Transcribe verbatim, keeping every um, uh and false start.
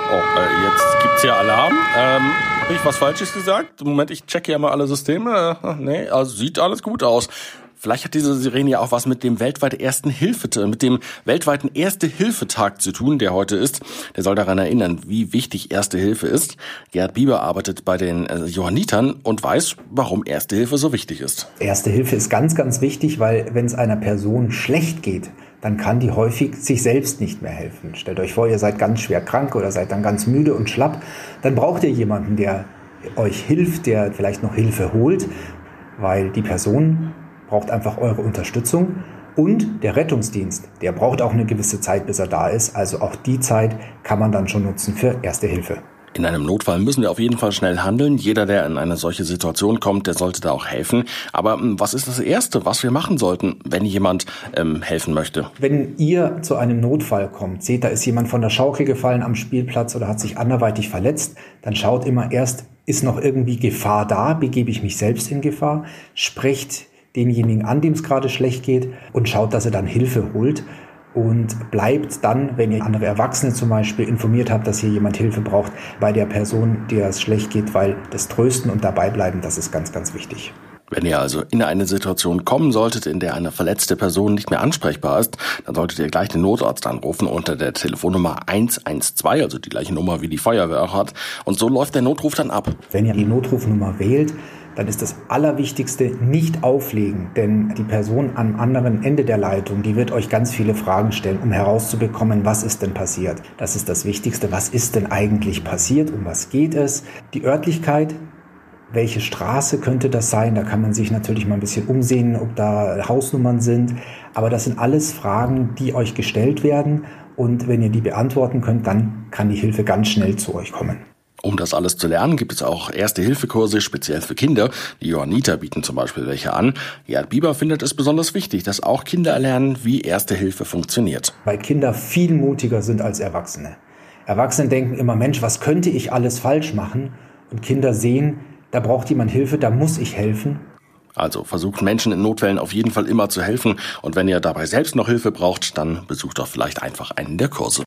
Oh, äh, jetzt gibt's hier Alarm. Ähm, hab ich was Falsches gesagt? Moment, ich checke ja mal alle Systeme. Äh, nee, also sieht alles gut aus. Vielleicht hat diese Sirene ja auch was mit dem weltweit ersten Hilfe, mit dem weltweiten Erste-Hilfe-Tag zu tun, der heute ist. Der soll daran erinnern, wie wichtig Erste Hilfe ist. Gerd Bieber arbeitet bei den äh, Johannitern und weiß, warum Erste Hilfe so wichtig ist. Erste Hilfe ist ganz, ganz wichtig, weil wenn es einer Person schlecht geht, dann kann die häufig sich selbst nicht mehr helfen. Stellt euch vor, ihr seid ganz schwer krank oder seid dann ganz müde und schlapp. Dann braucht ihr jemanden, der euch hilft, der vielleicht noch Hilfe holt, weil die Person braucht einfach eure Unterstützung. Und der Rettungsdienst, der braucht auch eine gewisse Zeit, bis er da ist. Also auch die Zeit kann man dann schon nutzen für Erste Hilfe. In einem Notfall müssen wir auf jeden Fall schnell handeln. Jeder, der in eine solche Situation kommt, der sollte da auch helfen. Aber was ist das Erste, was wir machen sollten, wenn jemand ähm, helfen möchte? Wenn ihr zu einem Notfall kommt, seht, da ist jemand von der Schaukel gefallen am Spielplatz oder hat sich anderweitig verletzt, dann schaut immer erst, ist noch irgendwie Gefahr da? Begebe ich mich selbst in Gefahr? Sprecht denjenigen an, dem es gerade schlecht geht und schaut, dass er dann Hilfe holt. Und bleibt dann, wenn ihr andere Erwachsene zum Beispiel informiert habt, dass hier jemand Hilfe braucht, bei der Person, der es schlecht geht, weil das Trösten und dabei bleiben, das ist ganz, ganz wichtig. Wenn ihr also in eine Situation kommen solltet, in der eine verletzte Person nicht mehr ansprechbar ist, dann solltet ihr gleich den Notarzt anrufen unter der Telefonnummer eins eins zwei, also die gleiche Nummer wie die Feuerwehr auch hat. Und so läuft der Notruf dann ab. Wenn ihr die Notrufnummer wählt, dann ist das Allerwichtigste nicht auflegen, denn die Person am anderen Ende der Leitung, die wird euch ganz viele Fragen stellen, um herauszubekommen, was ist denn passiert. Das ist das Wichtigste, was ist denn eigentlich passiert, um was geht es. Die Örtlichkeit, welche Straße könnte das sein, da kann man sich natürlich mal ein bisschen umsehen, ob da Hausnummern sind, aber das sind alles Fragen, die euch gestellt werden und wenn ihr die beantworten könnt, dann kann die Hilfe ganz schnell zu euch kommen. Um das alles zu lernen, gibt es auch Erste-Hilfe-Kurse speziell für Kinder. Die Johanniter bieten zum Beispiel welche an. Gerd Bieber findet es besonders wichtig, dass auch Kinder lernen, wie Erste Hilfe funktioniert. Weil Kinder viel mutiger sind als Erwachsene. Erwachsene denken immer, Mensch, was könnte ich alles falsch machen? Und Kinder sehen, da braucht jemand Hilfe, da muss ich helfen. Also versucht Menschen in Notfällen auf jeden Fall immer zu helfen. Und wenn ihr dabei selbst noch Hilfe braucht, dann besucht doch vielleicht einfach einen der Kurse.